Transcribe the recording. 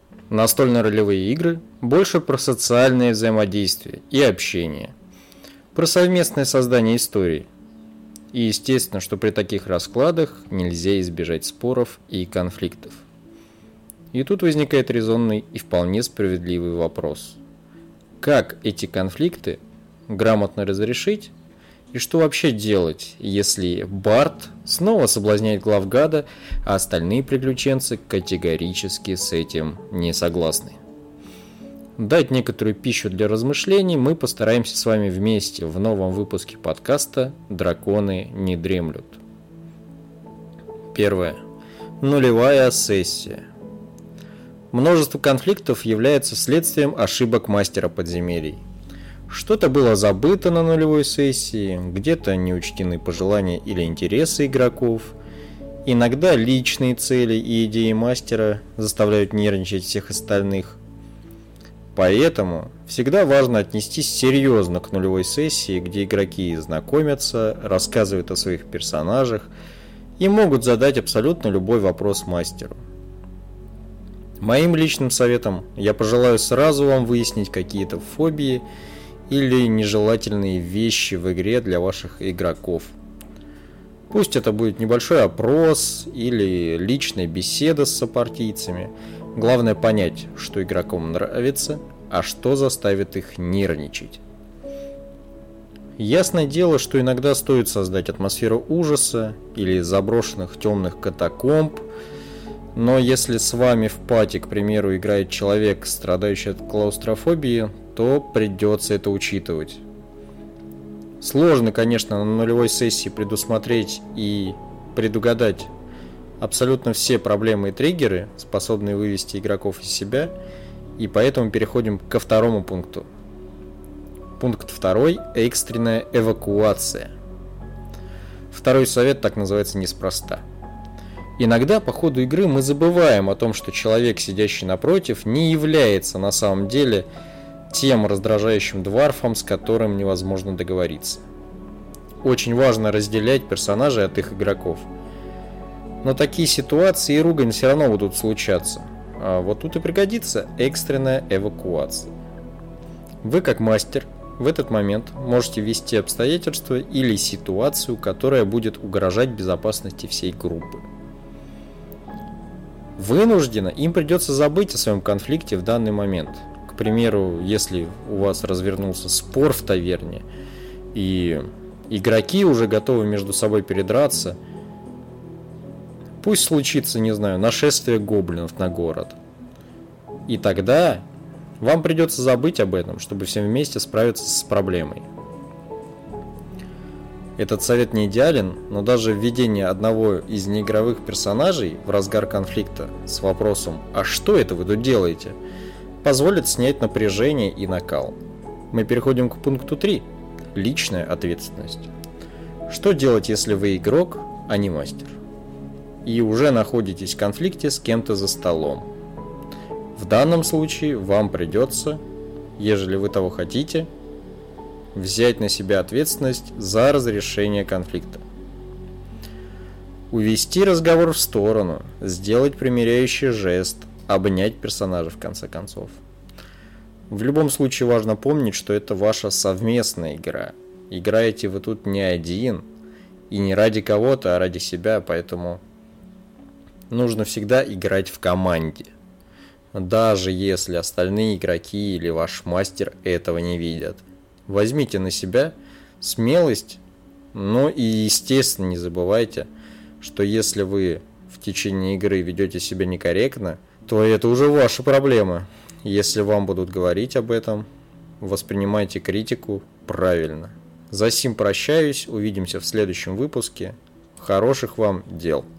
Настольно-ролевые игры больше про социальное взаимодействие и общение, про совместное создание историй. И естественно, что при таких раскладах нельзя избежать споров и конфликтов. И тут возникает резонный и вполне справедливый вопрос. Как эти конфликты грамотно разрешить? И что вообще делать, если Барт снова соблазняет главгада, а остальные приключенцы категорически с этим не согласны? Дать некоторую пищу для размышлений мы постараемся с вами вместе в новом выпуске подкаста «Драконы не дремлют». Первое. Нулевая сессия. Множество конфликтов является следствием ошибок мастера подземелий. Что-то было забыто на нулевой сессии, где-то не учтены пожелания или интересы игроков. Иногда личные цели и идеи мастера заставляют нервничать всех остальных. Поэтому всегда важно отнестись серьезно к нулевой сессии, где игроки знакомятся, рассказывают о своих персонажах и могут задать абсолютно любой вопрос мастеру. Моим личным советом я пожелаю сразу вам выяснить какие-то фобии или нежелательные вещи в игре для ваших игроков. Пусть это будет небольшой опрос или личная беседа с сопартийцами. Главное понять, что игрокам нравится, а что заставит их нервничать. Ясное дело, что иногда стоит создать атмосферу ужаса или заброшенных темных катакомб, но если с вами в пати, к примеру, играет человек, страдающий от клаустрофобии, то придется это учитывать. Сложно, конечно, на нулевой сессии предусмотреть и предугадать абсолютно все проблемы и триггеры, способные вывести игроков из себя, и поэтому переходим ко второму пункту. Пункт второй – экстренная эвакуация. Второй совет так называется неспроста. Иногда по ходу игры мы забываем о том, что человек, сидящий напротив, не является на самом деле тем раздражающим дварфом, с которым невозможно договориться. Очень важно разделять персонажей от их игроков. Но такие ситуации и ругань все равно будут случаться. А вот тут и пригодится экстренная эвакуация. Вы, как мастер, в этот момент можете ввести обстоятельства или ситуацию, которая будет угрожать безопасности всей группы. Вынужденно им придется забыть о своем конфликте в данный момент. К примеру, если у вас развернулся спор в таверне, и игроки уже готовы между собой передраться, пусть случится, не знаю, нашествие гоблинов на город. И тогда вам придется забыть об этом, чтобы всем вместе справиться с проблемой. Этот совет не идеален, но даже введение одного из неигровых персонажей в разгар конфликта с вопросом «А что это вы тут делаете?» позволит снять напряжение и накал. Мы переходим к пункту 3. Личная ответственность. Что делать, если вы игрок, а не мастер? И уже находитесь в конфликте с кем-то за столом. В данном случае вам придется, ежели вы того хотите, взять на себя ответственность за разрешение конфликта. Увести разговор в сторону, сделать примиряющий жест, обнять персонажа в конце концов. В любом случае важно помнить, что это ваша совместная игра. Играете вы тут не один и не ради кого-то, а ради себя, поэтому нужно всегда играть в команде. Даже если остальные игроки или ваш мастер этого не видят. Возьмите на себя смелость, но и, естественно, не забывайте, что если вы в течение игры ведете себя некорректно, то это уже ваша проблема. Если вам будут говорить об этом, воспринимайте критику правильно. За сим прощаюсь, увидимся в следующем выпуске. Хороших вам дел!